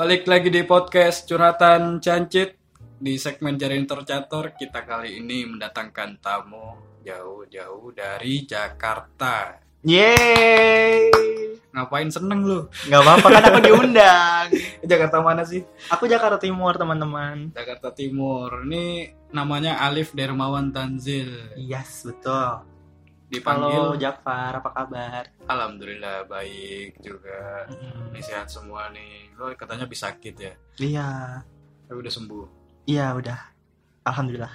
Balik lagi di podcast Curhatan Cancit. Di segmen Jaring Tercator, kita kali ini mendatangkan tamu jauh-jauh dari Jakarta. Yeay. Ngapain seneng lu? Gak apa-apa kan aku diundang. Jakarta mana sih? Aku Jakarta Timur teman-teman. Jakarta Timur. Ini namanya Alif Dermawan Tanzil. Yes, betul. Dipanggil Halo Jafar, apa kabar? Alhamdulillah baik juga. Ini sehat semua nih. Lo katanya habis sakit ya? Iya. Tapi udah sembuh. Iya udah. Alhamdulillah.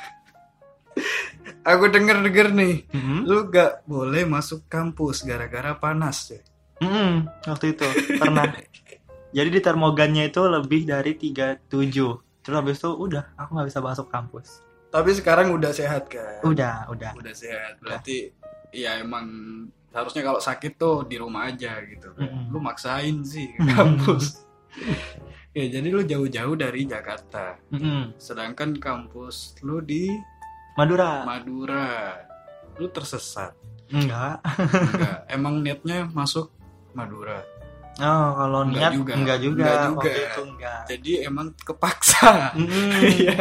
Aku denger nih, Mm-hmm. lu gak boleh masuk kampus gara-gara panas ya? Waktu itu pernah. Jadi di termogannya itu lebih dari 37. Terus habis itu udah, aku gak bisa masuk kampus. Tapi sekarang udah sehat kan? Udah. Udah sehat. Berarti ya emang harusnya kalau sakit tuh di rumah aja gitu kan. Mm-mm. Lu maksain sih ke kampus. Ya jadi lu jauh-jauh dari Jakarta. Sedangkan kampus lu di Madura. Lu tersesat. Enggak. Enggak. Emang niatnya masuk Madura. Oh, kalau Enggak niat juga. enggak juga. Enggak juga. Waktu itu enggak. Jadi emang kepaksa. Iya.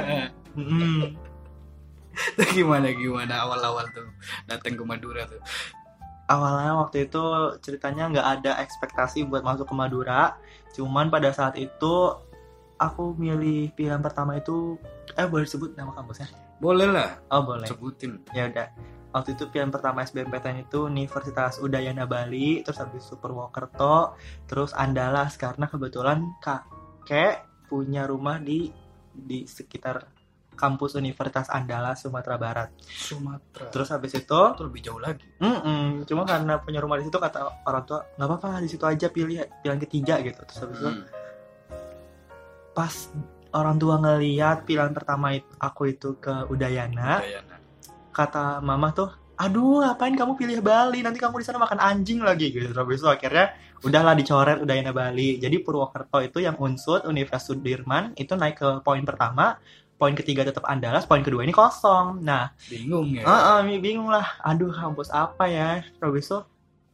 Gimana awal-awal tuh datang ke Madura tuh? Awalnya waktu itu ceritanya nggak ada ekspektasi buat masuk ke Madura. Cuman pada saat itu aku milih pilihan pertama itu boleh disebut nama kampusnya? Boleh lah, Oh boleh. sebutin. Ya udah. Waktu itu pilihan pertama SBMPTN itu Universitas Udayana Bali, terus habis itu Purwokerto, terus Andalas karena kebetulan kakek punya rumah di sekitar kampus Universitas Andalas Sumatera Barat. Sumatera. Terus habis itu Itu lebih jauh lagi. cuma karena punya rumah di situ kata orang tua nggak apa-apa di situ aja pilihan ketiga gitu. Terus habis itu pas orang tua ngeliat pilihan pertama aku itu ke Udayana, kata mama tuh, aduh ngapain kamu pilih Bali, nanti kamu di sana makan anjing lagi gitu. Terus habis itu akhirnya udahlah dicoret Udayana Bali. Jadi Purwokerto itu yang Unsud Universitas Sudirman itu naik ke poin pertama, poin ketiga tetap Andalas, poin kedua ini kosong. Nah, Bingung ya. bingung lah. Aduh, kampus apa ya? Terus habis itu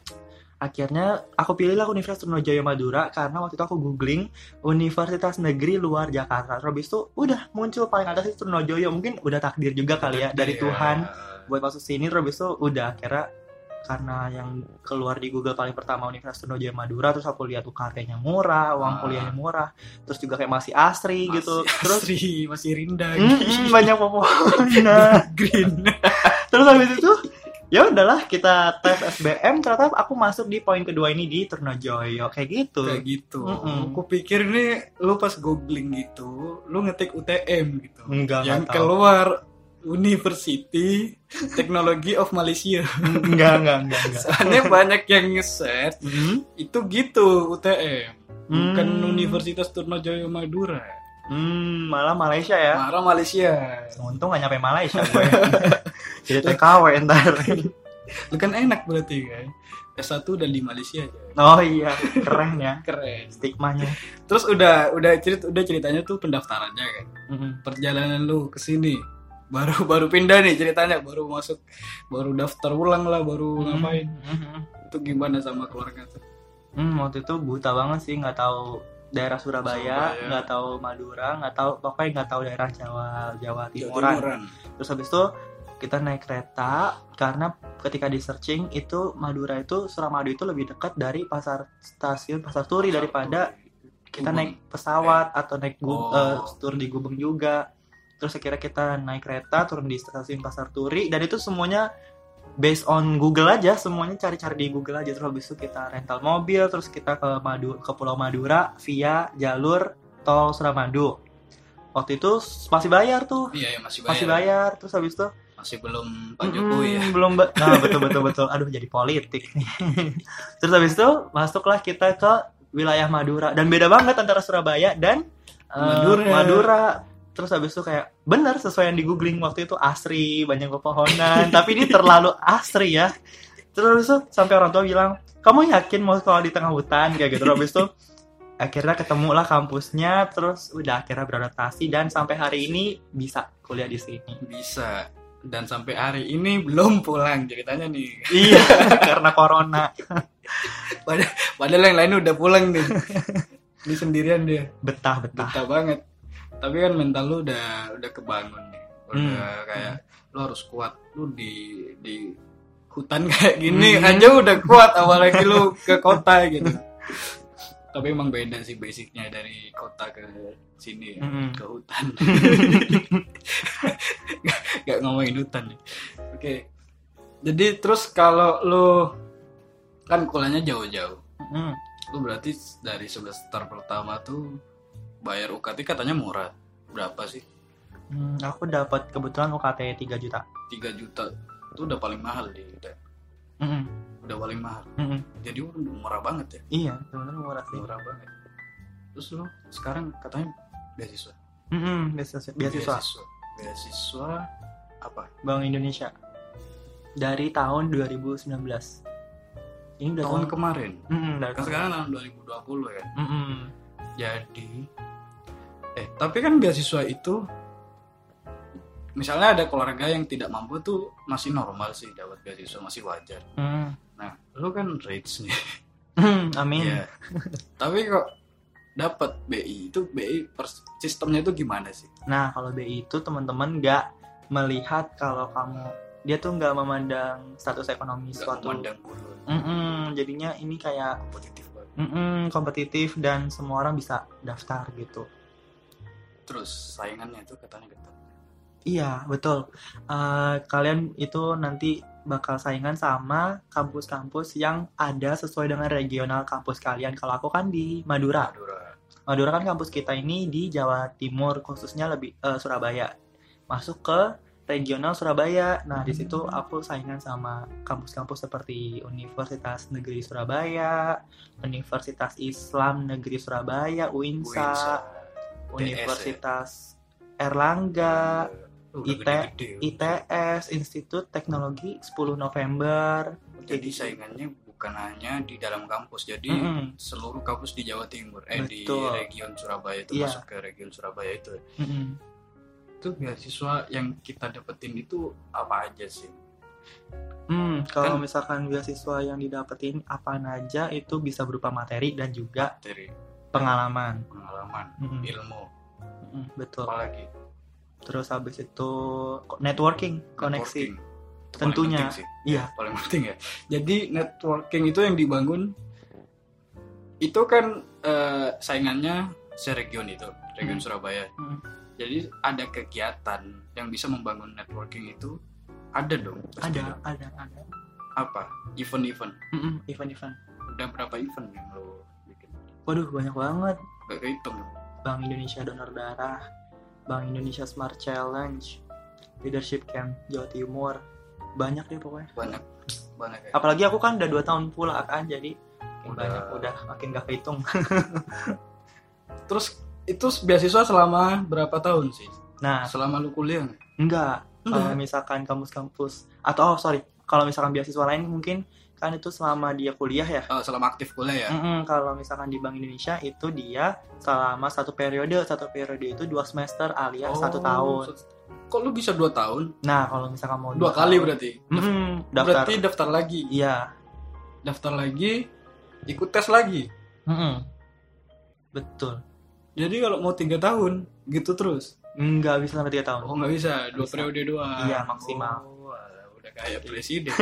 akhirnya aku pilihlah Universitas Trunojoyo Madura karena waktu itu aku googling Universitas Negeri Luar Jakarta. Terus habis itu udah muncul paling atas itu Trunojoyo. Mungkin udah takdir juga kali ya dari Tuhan buat masuk sini. Terus habis itu udah akhirnya karena yang keluar di Google paling pertama Universitas Trunojoyo Madura, terus aku lihat UKT-nya murah, uang kuliahnya murah, terus juga kayak masih asri gitu. Terus masih rindang. banyak pepohonan Green. Terus habis itu ya udahlah kita tes SBM, ternyata aku masuk di poin kedua ini di Trunojoyo kayak gitu. Kayak gitu. Aku pikir nih lu pas googling gitu, lu ngetik UTM gitu. Enggak Yang tahu. keluar University Technology of Malaysia. Enggak. Soalnya banyak yang ngeset itu gitu UTM. Bukan Universitas Trunojoyo Madura. Malah Malaysia ya. Marah Malaysia. Untung gak nyampe Malaysia gue. Jadi TKW ntar. Lu kan enak berarti kan. S1 dan di Malaysia aja. Oh iya, keren ya. Keren. Stigmanya. Terus udah ceritanya tuh pendaftarannya kan. Perjalanan lu ke sini. Baru pindah nih ceritanya, baru daftar ulang lah, baru ngapain. Itu gimana sama keluarga tuh? Waktu itu buta banget sih, nggak tahu daerah Surabaya, nggak tahu Madura, pokoknya nggak tahu daerah Jawa Timuran. Terus habis itu kita naik kereta karena ketika di searching itu Madura itu Suramadu itu lebih dekat dari stasiun Pasar Turi daripada kita naik pesawat atau naik tur di Gubeng juga. Terus akhirnya kita naik kereta turun di stasiun Pasar Turi dan itu semuanya based on Google aja, semuanya cari-cari di Google aja. Terus habis itu kita rental mobil, terus kita ke Pulau Madura via jalur tol Suramadu. Waktu itu masih bayar tuh. Iya, masih bayar. Terus habis itu masih belum Pak Jokowi ya. Nah, betul. Aduh, jadi politik. Terus habis itu masuklah kita ke wilayah Madura dan beda banget antara Surabaya dan Madura. Terus habis itu kayak bener sesuai yang di googling waktu itu asri, banyak pepohonan, tapi ini terlalu asri ya. Terus habis itu sampai orang tua bilang, kamu yakin mau sekolah di tengah hutan kayak gitu. Habis itu akhirnya ketemulah kampusnya, terus udah akhirnya beradaptasi dan sampai hari ini bisa kuliah di sini. Bisa. Dan sampai hari ini belum pulang ceritanya nih. Iya, karena corona. Padahal yang lain udah pulang nih. Ini sendirian dia. Betah. Betah banget. Tapi kan mental lu udah kebangun nih. Udah kayak lu harus kuat. Lu di hutan kayak gini aja udah kuat, apalagi lu ke kota gitu. Tapi emang beda sih basicnya dari kota ke sini ya, ke hutan. Gak ngomongin hutan ya. Oke. Jadi terus kalau lu kan kuliahnya jauh-jauh, lu berarti dari semester pertama tuh bayar UKT katanya murah. Berapa sih? Aku dapat kebetulan UKT 3 juta. 3 juta itu udah paling mahal di UTM. Udah paling mahal. Jadi murah banget ya. Iya, sebenarnya murah sih. Murah banget. Terus lu sekarang katanya beasiswa. Beasiswa apa? Bank Indonesia. Dari tahun 2019. Ini udah tahun kemarin. Kan sekarang tahun 2020 ya. Jadi tapi kan beasiswa itu misalnya ada keluarga yang tidak mampu tuh masih normal sih dapat beasiswa, masih wajar. Nah, lu kan rich nih. Amin. Ya. Tapi kok dapat BI itu sistemnya itu gimana sih? Nah, kalau BI itu teman-teman nggak melihat kalau dia tuh nggak memandang status ekonomi suatu. Memandang dulu. Jadinya ini kayak kompetitif banget. Kompetitif dan semua orang bisa daftar gitu. Terus saingannya itu katanya ketat. Iya, betul. Kalian itu nanti bakal saingan sama kampus-kampus yang ada sesuai dengan regional kampus kalian. Kalau aku kan di Madura. Madura kan kampus kita ini di Jawa Timur, khususnya lebih Surabaya. Masuk ke regional Surabaya. Nah, di situ aku saingan sama kampus-kampus seperti Universitas Negeri Surabaya, Universitas Islam Negeri Surabaya, UINSA. Universitas Erlangga, ITS, Institut Teknologi 10 November. Jadi saingannya bukan hanya di dalam kampus, jadi seluruh kampus di Jawa Timur, di region Surabaya itu masuk ke region Surabaya itu. Itu beasiswa yang kita dapetin itu apa aja sih? Kalau misalkan beasiswa yang didapetin apa aja itu bisa berupa materi dan juga pengalaman, ilmu. Betul. Apalagi? Terus habis itu networking, koneksi. Tentunya. Iya, paling penting ya. Jadi networking itu yang dibangun itu kan saingannya seregion itu, region Surabaya. Jadi ada kegiatan yang bisa membangun networking itu ada dong. Ada. Apa? Event-event. Event-event. Udah berapa event yang lo bikin? Waduh, banyak banget. Gak kehitung. Bank Indonesia Donor Darah, Bank Indonesia Smart Challenge, Leadership Camp Jawa Timur, banyak deh pokoknya. Banyak ya. Apalagi aku kan udah 2 tahun pula kan, jadi udah makin gak kehitung. Terus itu beasiswa selama berapa tahun sih? Nah, selama lu kuliah? Enggak. Kalau misalkan kampus-kampus atau kalau misalkan beasiswa lain mungkin kan itu selama dia kuliah ya. Selama aktif kuliah ya. Kalau misalkan di Bank Indonesia itu dia selama satu periode itu 2 semester alias 1 tahun. Kok lu bisa 2 tahun? Nah, kalau misalkan mau 2 kali berarti. Berarti daftar lagi. Iya. Daftar lagi, ikut tes lagi. Betul. Jadi kalau mau 3 tahun gitu terus? Nggak bisa sampai 3 tahun. Oh, nggak bisa. 2 periode doang. Iya, maksimal. Udah kayak presiden.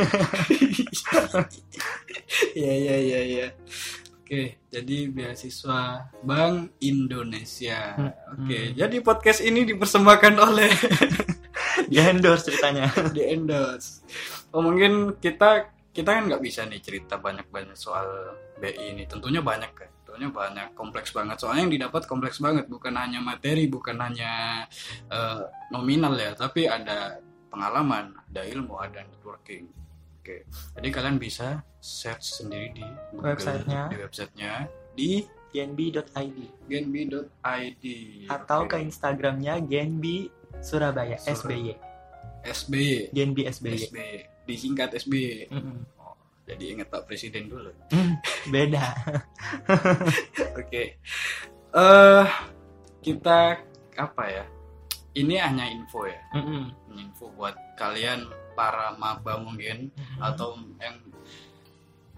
Iya. Oke, jadi beasiswa Bank Indonesia. Oke, jadi podcast ini dipersembahkan oleh di endorse ceritanya. Di endorse. Mungkin kita kan nggak bisa nih cerita banyak soal BI ini. Tentunya banyak kan. Kompleks banget. Soalnya yang didapat kompleks banget, bukan hanya materi, bukan hanya nominal ya, tapi ada pengalaman, ada ilmu, ada networking. Oke. Jadi kalian bisa search sendiri di Google, websitenya di genbi.id atau ke Instagramnya Genbi Surabaya SBY. Genbi SBY. Disingkat SBY. Jadi ingat Pak Presiden dulu. Beda. Oke. Kita apa ya? Ini hanya info ya. Info buat kalian para maba mungkin atau yang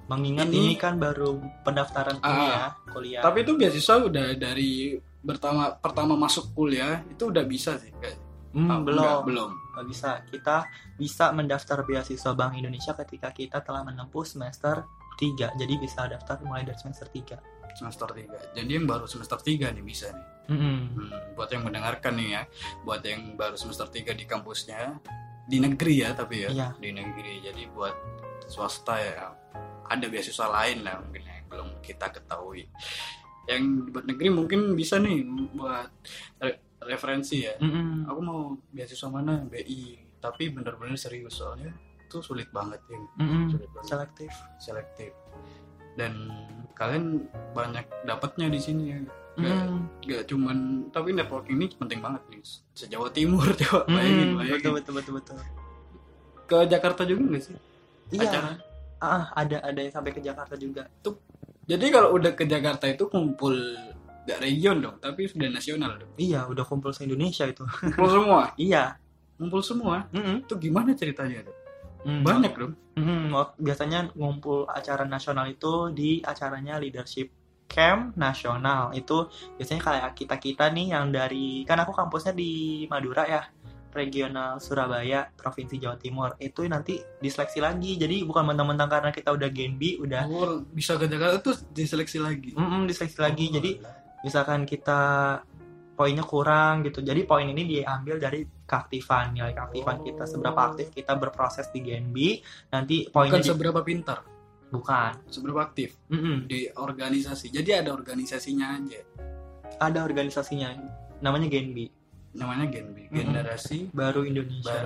Mengingat ini kan baru pendaftaran kuliah. Tapi itu beasiswa udah dari pertama masuk kuliah itu udah bisa sih kayak. Belum. Nggak bisa. Kita bisa mendaftar beasiswa Bank Indonesia ketika kita telah menempuh semester 3. Jadi bisa daftar mulai dari semester 3. Semester 3. Jadi yang baru semester 3 nih bisa nih. Buat yang mendengarkan nih ya, buat yang baru semester 3 di kampusnya, di negeri ya tapi ya, di negeri. Jadi buat swasta ya ada beasiswa lain lah mungkin yang belum kita ketahui. Yang buat negeri mungkin bisa nih buat referensi ya. Aku mau beasiswa mana, BI, tapi benar-benar serius soalnya itu sulit banget ya. Sulit banget. Selektif. Dan kalian banyak dapatnya di sini ya. Gak cuman, tapi networking ini penting banget nih. Se-Jawa Timur coba bayangin. Betul. Ke Jakarta juga nggak sih? Iya. Ada yang sampai ke Jakarta juga. Tuh. Jadi kalau udah ke Jakarta itu kumpul gak region dong, tapi sudah nasional dong. Iya, udah kumpul se-Indonesia itu. Kumpul semua? Iya. Kumpul semua? Itu gimana ceritanya tuh? Banyak dong. Biasanya ngumpul acara nasional itu di acaranya Leadership Camp Nasional. Itu biasanya kayak kita nih yang dari, kan aku kampusnya di Madura ya, regional Surabaya, Provinsi Jawa Timur. Itu nanti diseleksi lagi. Jadi bukan mentang-mentang karena kita udah Genbi, udah bisa ke Jakarta tuh diseleksi lagi. Diseleksi lagi. Jadi misalkan kita poinnya kurang gitu. Jadi poin ini diambil dari keaktifan, nilai keaktifan kita, seberapa aktif kita berproses di Genbi. Nanti poinnya bukan seberapa pintar. Bukan. Seberapa aktif di organisasi. Jadi ada organisasinya aja. Ada organisasinya. Namanya Genbi. Generasi Baru Indonesia.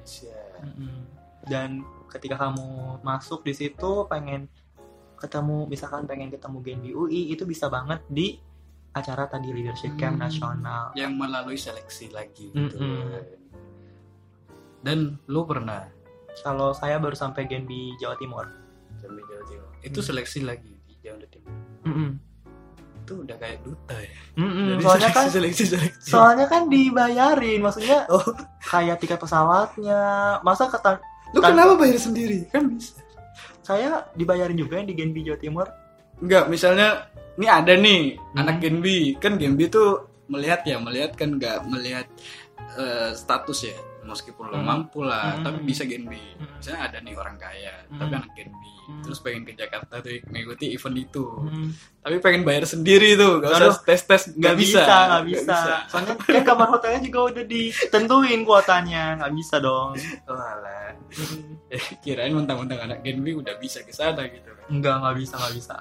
Dan ketika kamu masuk di situ pengen ketemu Genbi UI, itu bisa banget di acara tadi Leadership Camp Nasional yang melalui seleksi lagi gitu. Dan lu pernah? Kalau saya baru sampai Genbi Jawa Timur. Itu seleksi lagi di Jawa Timur. Itu udah kayak duta ya. Soalnya seleksi. Soalnya kan dibayarin, maksudnya kayak tiket pesawatnya. Masa lu kenapa bayar sendiri? Kan bisa. Saya dibayarin juga yang di Genbi Jawa Timur. Enggak, misalnya ini ada nih anak Genbi. Kan Genbi tuh melihat kan enggak melihat status ya. Meskipun lo mampu lah, tapi bisa Genbi. Misalnya ada nih orang kaya, tapi anak Genbi, terus pengen ke Jakarta tuh mengikuti event itu, tapi pengen bayar sendiri tuh, gak usah tes, nggak bisa. Soalnya kan kamar hotelnya juga udah ditentuin kuotanya, nggak bisa dong. Alah, kirain mentang-mentang anak Genbi udah bisa ke sana gitu. Nggak bisa.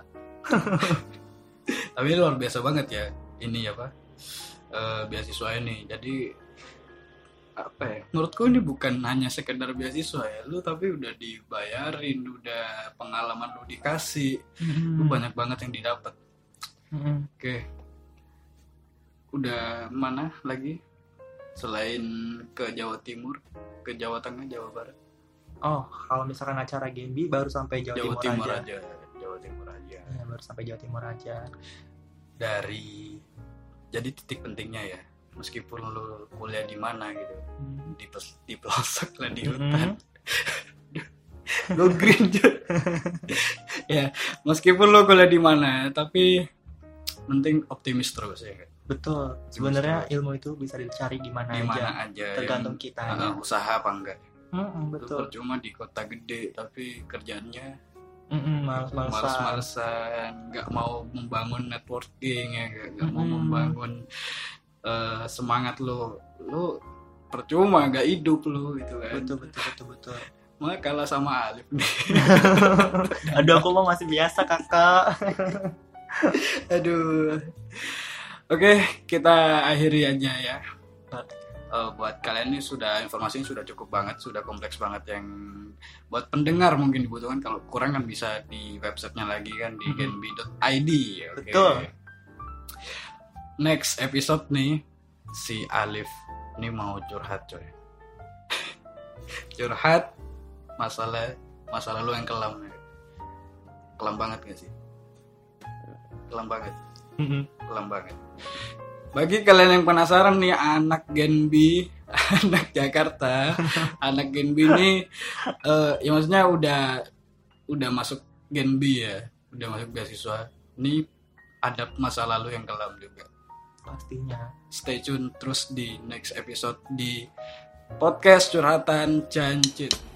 Tapi luar biasa banget ya, ini apa? Beasiswa ini, jadi apa ya, menurutku ini bukan hanya sekedar beasiswa ya lu, tapi udah dibayarin, udah pengalaman lu dikasih, lu banyak banget yang didapat. Oke. Udah mana lagi selain ke Jawa Timur, ke Jawa Tengah, Jawa Barat? Kalau misalkan acara Genbi baru sampai Jawa Timur aja. Jawa Timur aja. Ya, baru sampai Jawa Timur aja. Jadi titik pentingnya ya, meskipun lu kuliah di mana gitu, di pelosok lah, di hutan, go green ya, meskipun lu kuliah di mana, tapi penting optimis terus ya. Betul. Sebenarnya ilmu itu bisa dicari di mana aja, tergantung kita. Usaha apa enggak? Betul. Cuma di kota gede tapi kerjaannya males-malesan, nggak mau membangun networking ya, nggak mau membangun semangat lu percuma, gak hidup lu gitu kan. Betul. Malah kalah sama Alif nih. Aduh, aku mah masih biasa kakak. Aduh. Oke, kita akhiri aja ya. Buat kalian ini informasinya sudah cukup banget, sudah kompleks banget, yang buat pendengar mungkin dibutuhkan. Kalau kurang kan bisa di websitenya lagi kan, di genbi.id. Okay. Betul. Next episode nih, si Alif ini mau curhat coy. Curhat masalah lu yang kelam. Kelam banget gak sih? Kelam banget. Bagi kalian yang penasaran nih, anak Genbi, anak Jakarta, anak Genbi ini ya maksudnya udah masuk Gen B ya, udah masuk beasiswa. Ini ada masa lalu yang kelam juga. Pastinya. Stay tune terus di next episode di podcast Curhatan Jancit.